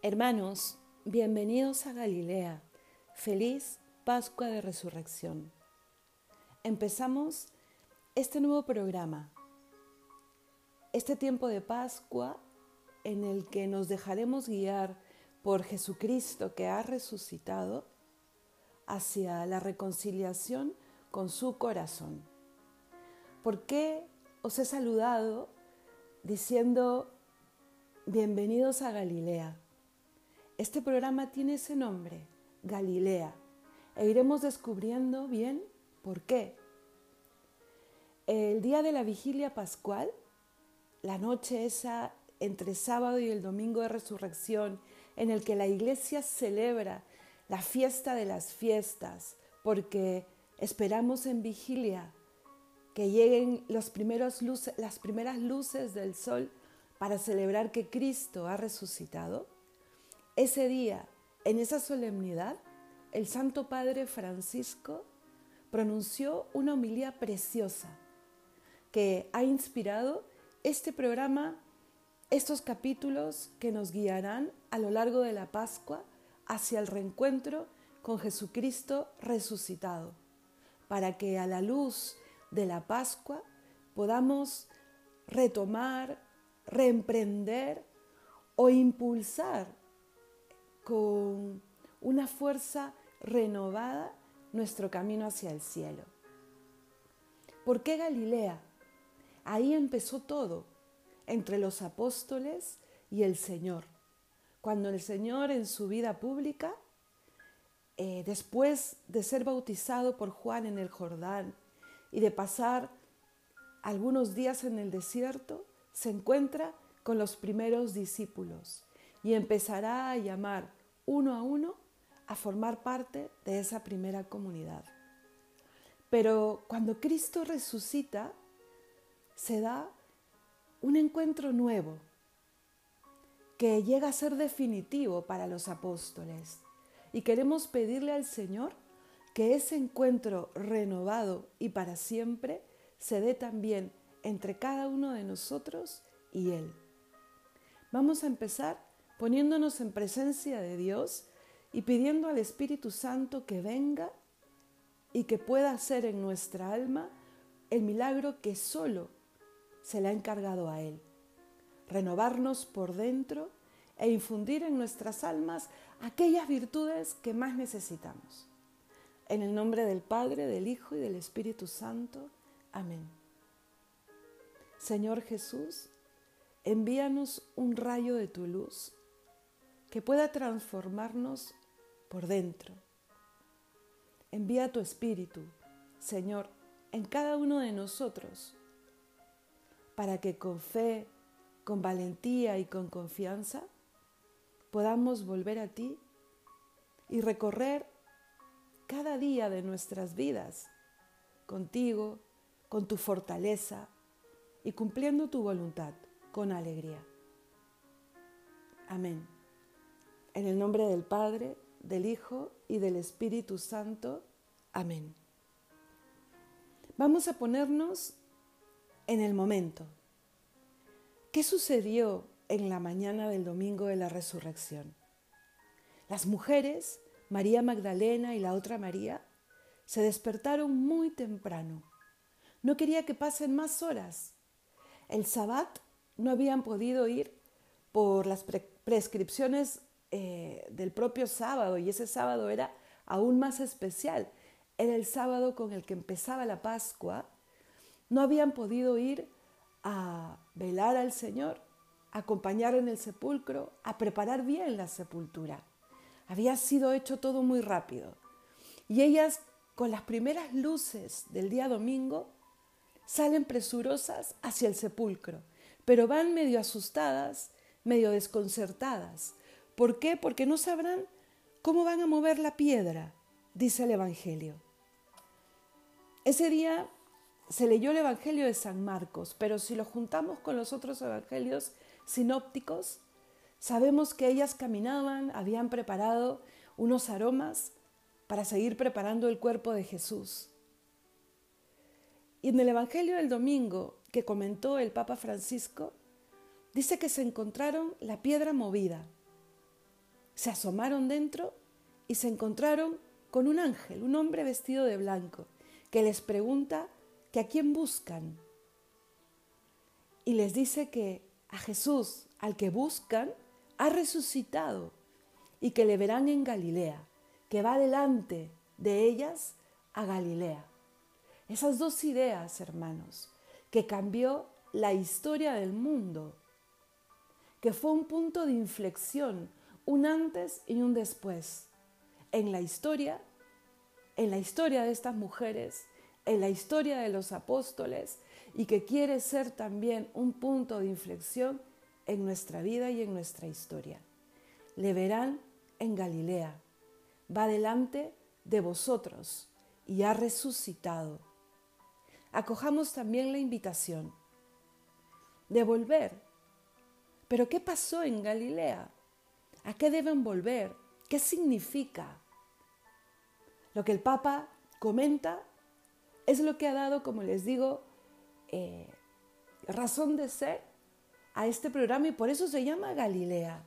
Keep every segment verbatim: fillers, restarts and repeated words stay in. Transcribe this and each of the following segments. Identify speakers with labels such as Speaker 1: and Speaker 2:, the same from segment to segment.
Speaker 1: Hermanos, bienvenidos a Galilea. Feliz Pascua de Resurrección. Empezamos este nuevo programa, este tiempo de Pascua en el que nos dejaremos guiar por Jesucristo que ha resucitado hacia la reconciliación con su corazón. ¿Por qué os he saludado diciendo bienvenidos a Galilea? Este programa tiene ese nombre, Galilea, e iremos descubriendo bien por qué. El día de la vigilia pascual, la noche esa entre sábado y el domingo de resurrección, en el que la iglesia celebra la fiesta de las fiestas, porque esperamos en vigilia que lleguen los primeros luces, las primeras luces del sol para celebrar que Cristo ha resucitado. Ese día, en esa solemnidad, el Santo Padre Francisco pronunció una homilía preciosa que ha inspirado este programa, estos capítulos que nos guiarán a lo largo de la Pascua hacia el reencuentro con Jesucristo resucitado, para que a la luz de la Pascua podamos retomar, reemprender o impulsar con una fuerza renovada nuestro camino hacia el cielo. ¿Por qué Galilea? Ahí empezó todo, entre los apóstoles y el Señor. Cuando el Señor en su vida pública, eh, después de ser bautizado por Juan en el Jordán y de pasar algunos días en el desierto, se encuentra con los primeros discípulos y empezará a llamar uno a uno a formar parte de esa primera comunidad. Pero cuando Cristo resucita, se da un encuentro nuevo que llega a ser definitivo para los apóstoles. Y queremos pedirle al Señor que ese encuentro renovado y para siempre se dé también entre cada uno de nosotros y Él. Vamos a empezar poniéndonos en presencia de Dios y pidiendo al Espíritu Santo que venga y que pueda hacer en nuestra alma el milagro que solo se le ha encargado a Él. Renovarnos por dentro e infundir en nuestras almas aquellas virtudes que más necesitamos. En el nombre del Padre, del Hijo y del Espíritu Santo. Amén. Señor Jesús, envíanos un rayo de tu luz que pueda transformarnos por dentro. Envía tu Espíritu, Señor, en cada uno de nosotros, para que con fe, con valentía y con confianza podamos volver a ti y recorrer cada día de nuestras vidas contigo, con tu fortaleza y cumpliendo tu voluntad con alegría. Amén. En el nombre del Padre, del Hijo y del Espíritu Santo. Amén. Vamos a ponernos en el momento. ¿Qué sucedió en la mañana del domingo de la resurrección? Las mujeres, María Magdalena y la otra María, se despertaron muy temprano. No quería que pasen más horas. El Sabbat no habían podido ir por las pre- prescripciones eh, del propio sábado, y ese sábado era aún más especial. Era el sábado con el que empezaba la Pascua. No habían podido ir a velar al Señor, a acompañar en el sepulcro, a preparar bien la sepultura. Había sido hecho todo muy rápido. Y ellas, con las primeras luces del día domingo, salen presurosas hacia el sepulcro, pero van medio asustadas, medio desconcertadas. ¿Por qué? Porque no sabrán cómo van a mover la piedra, dice el Evangelio. Ese día se leyó el Evangelio de San Marcos, pero si lo juntamos con los otros evangelios sinópticos, sabemos que ellas caminaban, habían preparado unos aromas para seguir preparando el cuerpo de Jesús. Y en el Evangelio del domingo que comentó el Papa Francisco, dice que se encontraron la piedra movida. se asomaron dentro y se encontraron con un ángel, un hombre vestido de blanco, que les pregunta que a quién buscan. Y les dice que a Jesús, al que buscan, ha resucitado y que le verán en Galilea, que va delante de ellas a Galilea. Esas dos ideas, hermanos, que cambió la historia del mundo, que fue un punto de inflexión, un antes y un después, en la historia, en la historia de estas mujeres, en la historia de los apóstoles, y que quiere ser también un punto de inflexión en nuestra vida y en nuestra historia. Le verán en Galilea, va delante de vosotros y ha resucitado. Acojamos también la invitación de volver. ¿Pero qué pasó en Galilea? ¿A qué deben volver? ¿Qué significa? Lo que el Papa comenta es lo que ha dado, como les digo, eh, razón de ser a este programa, y por eso se llama Galilea.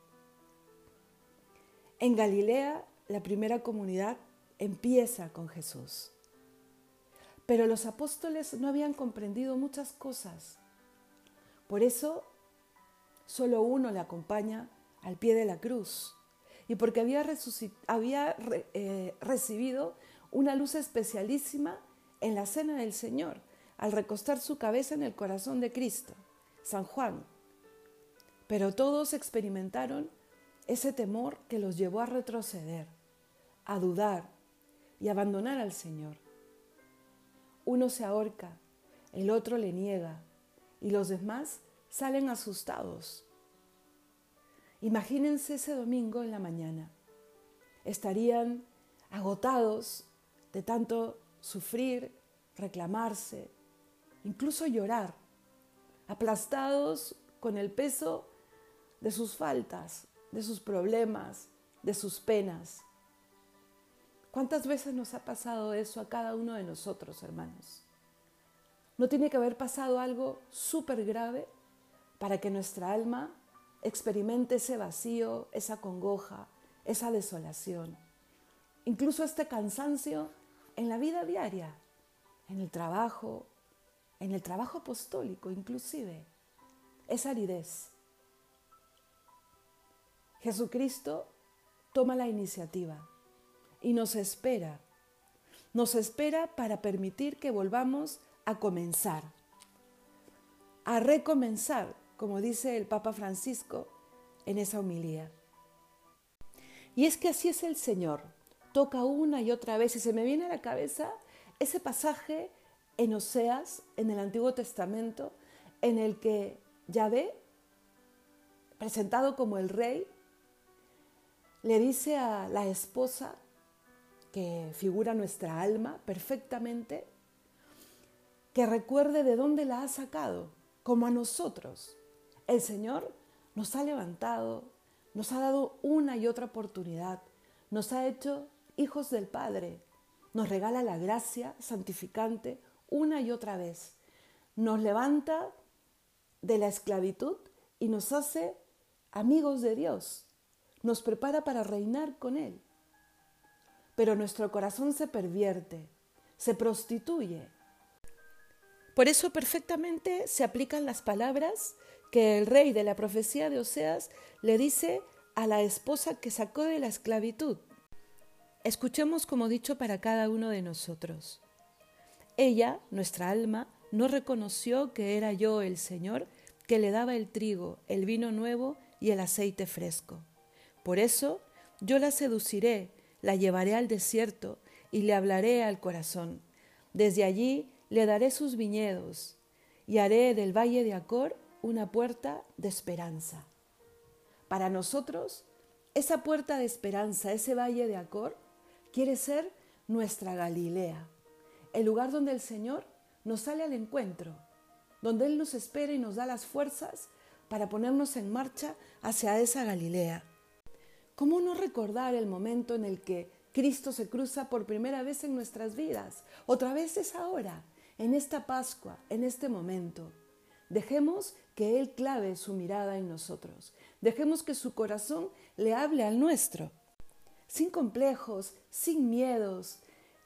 Speaker 1: En Galilea, la primera comunidad empieza con Jesús. Pero los apóstoles no habían comprendido muchas cosas. Por eso, solo uno le acompaña al pie de la cruz. Y porque había, resucit- había re- eh, recibido una luz especialísima en la cena del Señor, al recostar su cabeza en el corazón de Cristo, San Juan. Pero todos experimentaron ese temor que los llevó a retroceder, a dudar y a abandonar al Señor. Uno se ahorca, el otro le niega y los demás salen asustados. Imagínense ese domingo en la mañana. Estarían agotados de tanto sufrir, reclamarse, incluso llorar, aplastados con el peso de sus faltas, de sus problemas, de sus penas. ¿Cuántas veces nos ha pasado eso a cada uno de nosotros, hermanos? No tiene que haber pasado algo súper grave para que nuestra alma experimente ese vacío, esa congoja, esa desolación, incluso este cansancio en la vida diaria, en el trabajo, en el trabajo apostólico inclusive, esa aridez. Jesucristo toma la iniciativa y nos espera, nos espera para permitir que volvamos a comenzar, a recomenzar, como dice el Papa Francisco en esa homilía. Y es que así es el Señor, toca una y otra vez, y se me viene a la cabeza ese pasaje en Oseas, en el Antiguo Testamento, en el que Yahvé, presentado como el rey, le dice a la esposa, que figura nuestra alma perfectamente, que recuerde de dónde la ha sacado, como a nosotros. El Señor nos ha levantado, nos ha dado una y otra oportunidad, nos ha hecho hijos del Padre, nos regala la gracia santificante una y otra vez, nos levanta de la esclavitud y nos hace amigos de Dios, nos prepara para reinar con Él. Pero nuestro corazón se pervierte, se prostituye. Por eso perfectamente se aplican las palabras que el rey de la profecía de Oseas le dice a la esposa que sacó de la esclavitud. Escuchemos como dicho para cada uno de nosotros. Ella, nuestra alma, no reconoció que era yo el Señor que le daba el trigo, el vino nuevo y el aceite fresco. Por eso yo la seduciré, la llevaré al desierto y le hablaré al corazón. Desde allí le daré sus viñedos y haré del valle de Acor una puerta de esperanza. Para nosotros, esa puerta de esperanza, ese valle de Acor, quiere ser nuestra Galilea, el lugar donde el Señor nos sale al encuentro, donde Él nos espera y nos da las fuerzas para ponernos en marcha hacia esa Galilea. ¿Cómo no recordar el momento en el que Cristo se cruza por primera vez en nuestras vidas? Otra vez es ahora, en esta Pascua, en este momento. Dejemos que Él clave su mirada en nosotros. Dejemos que su corazón le hable al nuestro, sin complejos, sin miedos,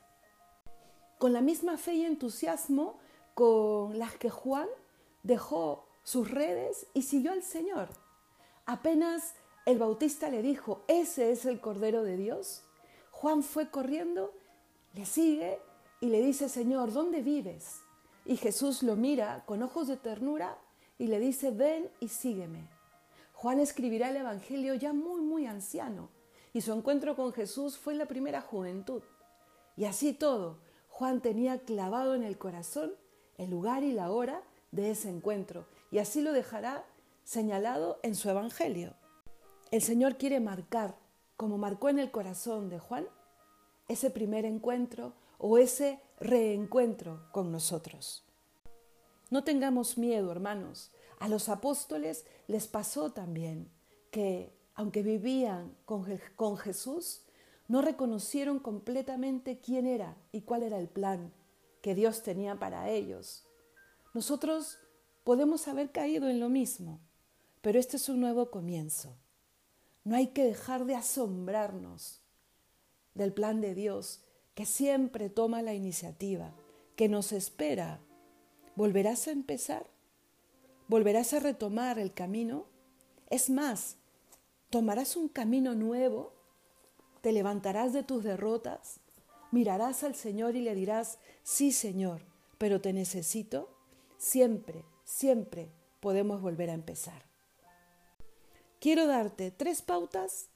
Speaker 1: con la misma fe y entusiasmo con las que Juan dejó sus redes y siguió al Señor. Apenas el Bautista le dijo, ese es el Cordero de Dios, Juan fue corriendo, le sigue y le dice, Señor, ¿dónde vives? Y Jesús lo mira con ojos de ternura y le dice, ven y sígueme. Juan escribirá el Evangelio ya muy, muy anciano, y su encuentro con Jesús fue en la primera juventud. Y así todo, Juan tenía clavado en el corazón el lugar y la hora de ese encuentro, y así lo dejará señalado en su Evangelio. El Señor quiere marcar, como marcó en el corazón de Juan, ese primer encuentro o ese reencuentro con nosotros. No tengamos miedo, hermanos. A los apóstoles les pasó también que, aunque vivían con, con Jesús, no reconocieron completamente quién era y cuál era el plan que Dios tenía para ellos. Nosotros podemos haber caído en lo mismo, pero este es un nuevo comienzo. No hay que dejar de asombrarnos del plan de Dios, que siempre toma la iniciativa, que nos espera. ¿Volverás a empezar? ¿Volverás a retomar el camino? Es más, ¿tomarás un camino nuevo? ¿Te levantarás de tus derrotas? ¿Mirarás al Señor y le dirás, sí, Señor, pero te necesito? Siempre, siempre podemos volver a empezar. Quiero darte tres pautas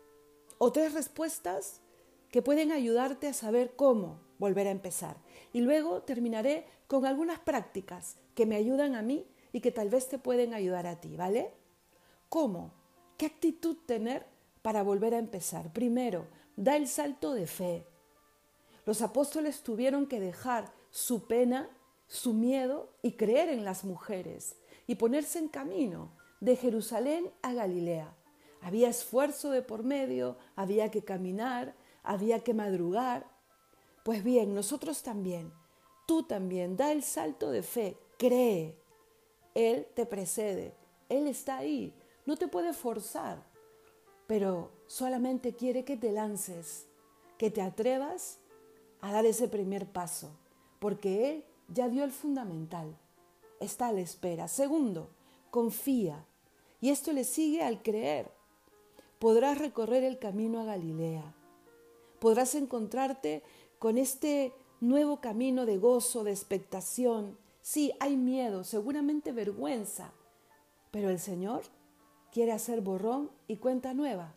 Speaker 1: o tres respuestas que pueden ayudarte a saber cómo volver a empezar. Y luego terminaré con algunas prácticas que me ayudan a mí y que tal vez te pueden ayudar a ti, ¿vale? ¿Cómo? ¿Qué actitud tener para volver a empezar? Primero, da el salto de fe. Los apóstoles tuvieron que dejar su pena, su miedo y creer en las mujeres y ponerse en camino de Jerusalén a Galilea. Había esfuerzo de por medio, había que caminar, había que madrugar. Pues bien, nosotros también, tú también, da el salto de fe, cree. Él te precede, Él está ahí, no te puede forzar, pero solamente quiere que te lances, que te atrevas a dar ese primer paso, porque Él ya dio el fundamental, está a la espera. Segundo, confía, y esto le sigue al creer. Podrás recorrer el camino a Galilea, podrás encontrarte con este nuevo camino de gozo, de expectación. Sí, hay miedo, seguramente vergüenza, pero el Señor quiere hacer borrón y cuenta nueva.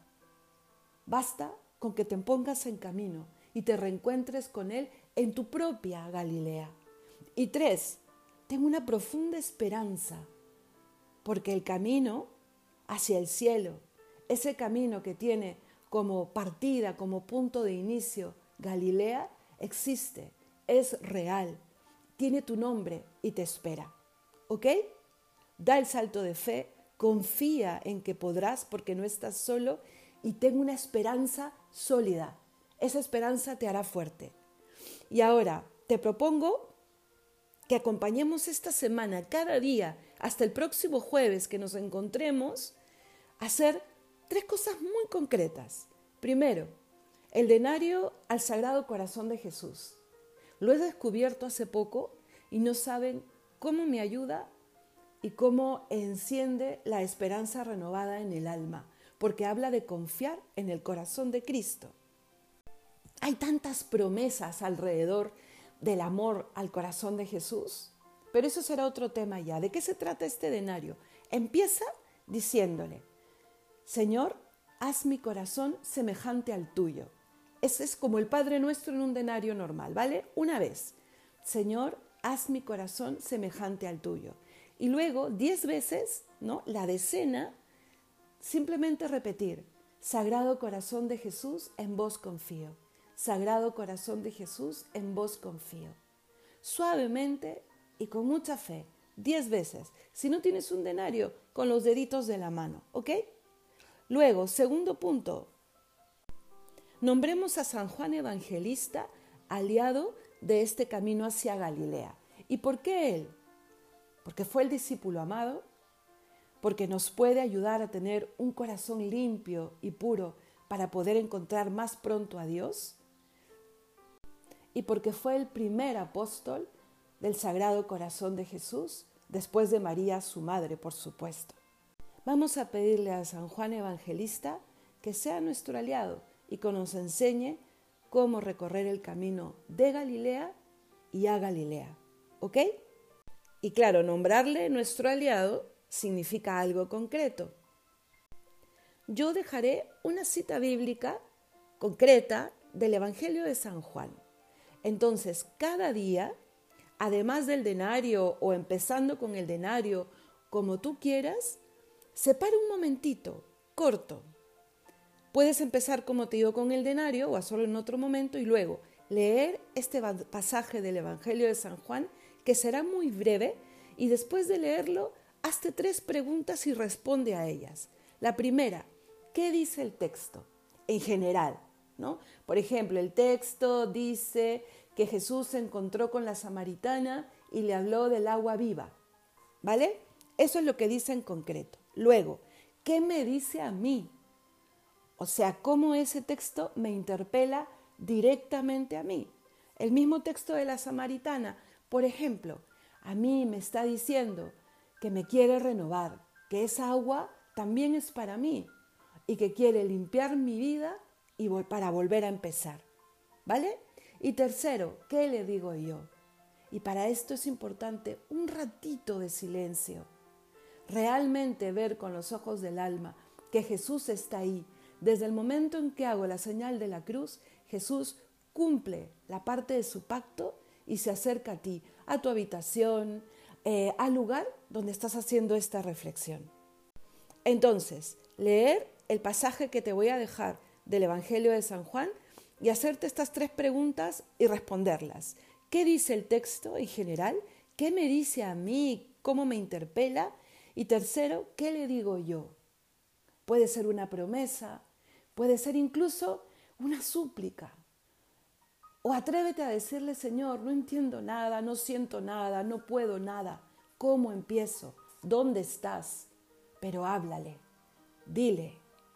Speaker 1: Basta con que te pongas en camino y te reencuentres con Él en tu propia Galilea. Y tres, ten una profunda esperanza, porque el camino hacia el cielo, ese camino que tiene como partida, como punto de inicio, Galilea, existe, es real, tiene tu nombre y te espera. ¿Ok? Da el salto de fe, confía en que podrás porque no estás solo y ten una esperanza sólida. Esa esperanza te hará fuerte. Y ahora te propongo que acompañemos esta semana, cada día, hasta el próximo jueves que nos encontremos, a hacer tres cosas muy concretas. Primero, el denario al Sagrado Corazón de Jesús. Lo he descubierto hace poco y no saben cómo me ayuda y cómo enciende la esperanza renovada en el alma, porque habla de confiar en el corazón de Cristo. Hay tantas promesas alrededor del amor al corazón de Jesús, pero eso será otro tema ya. ¿De qué se trata este denario? Empieza diciéndole, Señor, haz mi corazón semejante al tuyo. Ese es como el Padre Nuestro en un denario normal, ¿vale? Una vez, Señor, haz mi corazón semejante al tuyo. Y luego, diez veces, ¿no? La decena, simplemente repetir, Sagrado Corazón de Jesús, en vos confío. Sagrado Corazón de Jesús, en vos confío. Suavemente y con mucha fe, diez veces. Si no tienes un denario, con los deditos de la mano, ¿ok? Luego, segundo punto, nombremos a San Juan Evangelista aliado de este camino hacia Galilea. ¿Y por qué él? Porque fue el discípulo amado, porque nos puede ayudar a tener un corazón limpio y puro para poder encontrar más pronto a Dios, y porque fue el primer apóstol del Sagrado Corazón de Jesús, después de María, su madre, por supuesto. Vamos a pedirle a San Juan Evangelista que sea nuestro aliado y que nos enseñe cómo recorrer el camino de Galilea y a Galilea, ¿ok? Y claro, nombrarle nuestro aliado significa algo concreto. Yo dejaré una cita bíblica concreta del Evangelio de San Juan. Entonces, cada día, además del denario o empezando con el denario, como tú quieras, separa un momentito, corto. Puedes empezar, como te digo, con el denario o a solo en otro momento y luego leer este pasaje del Evangelio de San Juan, que será muy breve, y después de leerlo, hazte tres preguntas y responde a ellas. La primera, ¿qué dice el texto? En general, ¿no? Por ejemplo, el texto dice que Jesús se encontró con la samaritana y le habló del agua viva, ¿vale? Eso es lo que dice en concreto. Luego, ¿qué me dice a mí? O sea, ¿cómo ese texto me interpela directamente a mí? El mismo texto de la samaritana, por ejemplo, a mí me está diciendo que me quiere renovar, que esa agua también es para mí y que quiere limpiar mi vida y para volver a empezar, ¿vale? Y tercero, ¿qué le digo yo? Y para esto es importante un ratito de silencio. Realmente ver con los ojos del alma que Jesús está ahí. Desde el momento en que hago la señal de la cruz, Jesús cumple la parte de su pacto y se acerca a ti, a tu habitación, eh, al lugar donde estás haciendo esta reflexión. Entonces, leer el pasaje que te voy a dejar del Evangelio de San Juan y hacerte estas tres preguntas y responderlas. ¿Qué dice el texto en general? ¿Qué me dice a mí? ¿Cómo me interpela? Y tercero, ¿qué le digo yo? Puede ser una promesa, puede ser incluso una súplica. O atrévete a decirle, Señor, no entiendo nada, no siento nada, no puedo nada. ¿Cómo empiezo? ¿Dónde estás? Pero háblale, dile,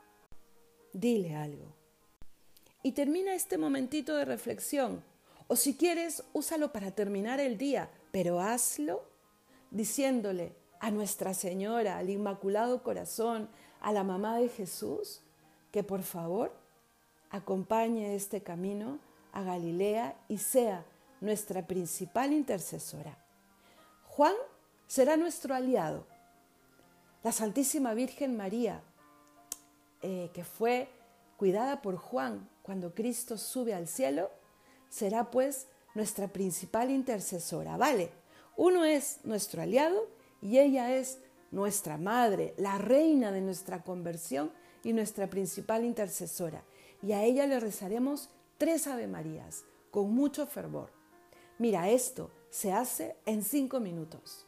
Speaker 1: dile algo. Y termina este momentito de reflexión. O si quieres, úsalo para terminar el día, pero hazlo diciéndole a Nuestra Señora, al Inmaculado Corazón, a la mamá de Jesús, que por favor acompañe este camino a Galilea y sea nuestra principal intercesora. Juan será nuestro aliado. La Santísima Virgen María, eh, que fue cuidada por Juan cuando Cristo sube al cielo, será pues nuestra principal intercesora, ¿vale? Uno es nuestro aliado y ella es nuestra madre, la reina de nuestra conversión y nuestra principal intercesora. Y a ella le rezaremos tres Ave Marías, con mucho fervor. Mira, esto se hace en cinco minutos.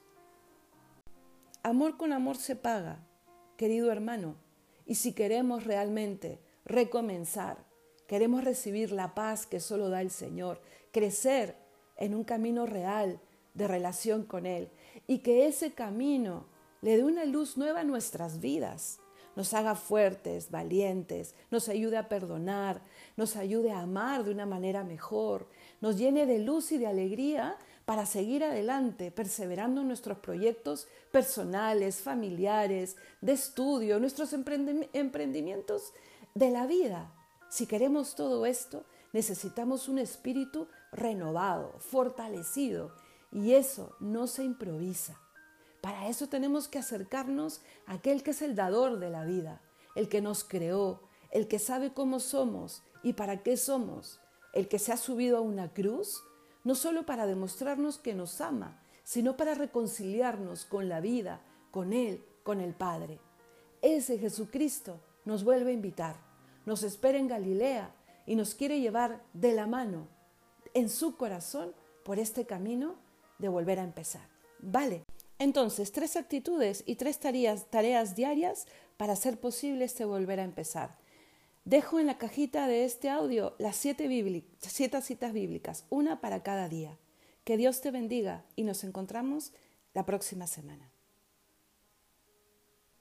Speaker 1: Amor con amor se paga, querido hermano. Y si queremos realmente recomenzar, queremos recibir la paz que solo da el Señor, crecer en un camino real de relación con Él y que ese camino le dé una luz nueva a nuestras vidas, nos haga fuertes, valientes, nos ayude a perdonar, nos ayude a amar de una manera mejor, nos llene de luz y de alegría para seguir adelante, perseverando en nuestros proyectos personales, familiares, de estudio, nuestros emprendimientos de la vida. Si queremos todo esto, necesitamos un espíritu renovado, fortalecido, y eso no se improvisa. Para eso tenemos que acercarnos a aquel que es el dador de la vida, el que nos creó, el que sabe cómo somos y para qué somos, el que se ha subido a una cruz, no solo para demostrarnos que nos ama, sino para reconciliarnos con la vida, con Él, con el Padre. Ese Jesucristo nos vuelve a invitar, nos espera en Galilea y nos quiere llevar de la mano en su corazón por este camino de volver a empezar. ¿Vale? Entonces, tres actitudes y tres tareas, tareas diarias para hacer posible este volver a empezar. Dejo en la cajita de este audio las siete, bíblicas, siete citas bíblicas, una para cada día. Que Dios te bendiga y nos encontramos la próxima semana.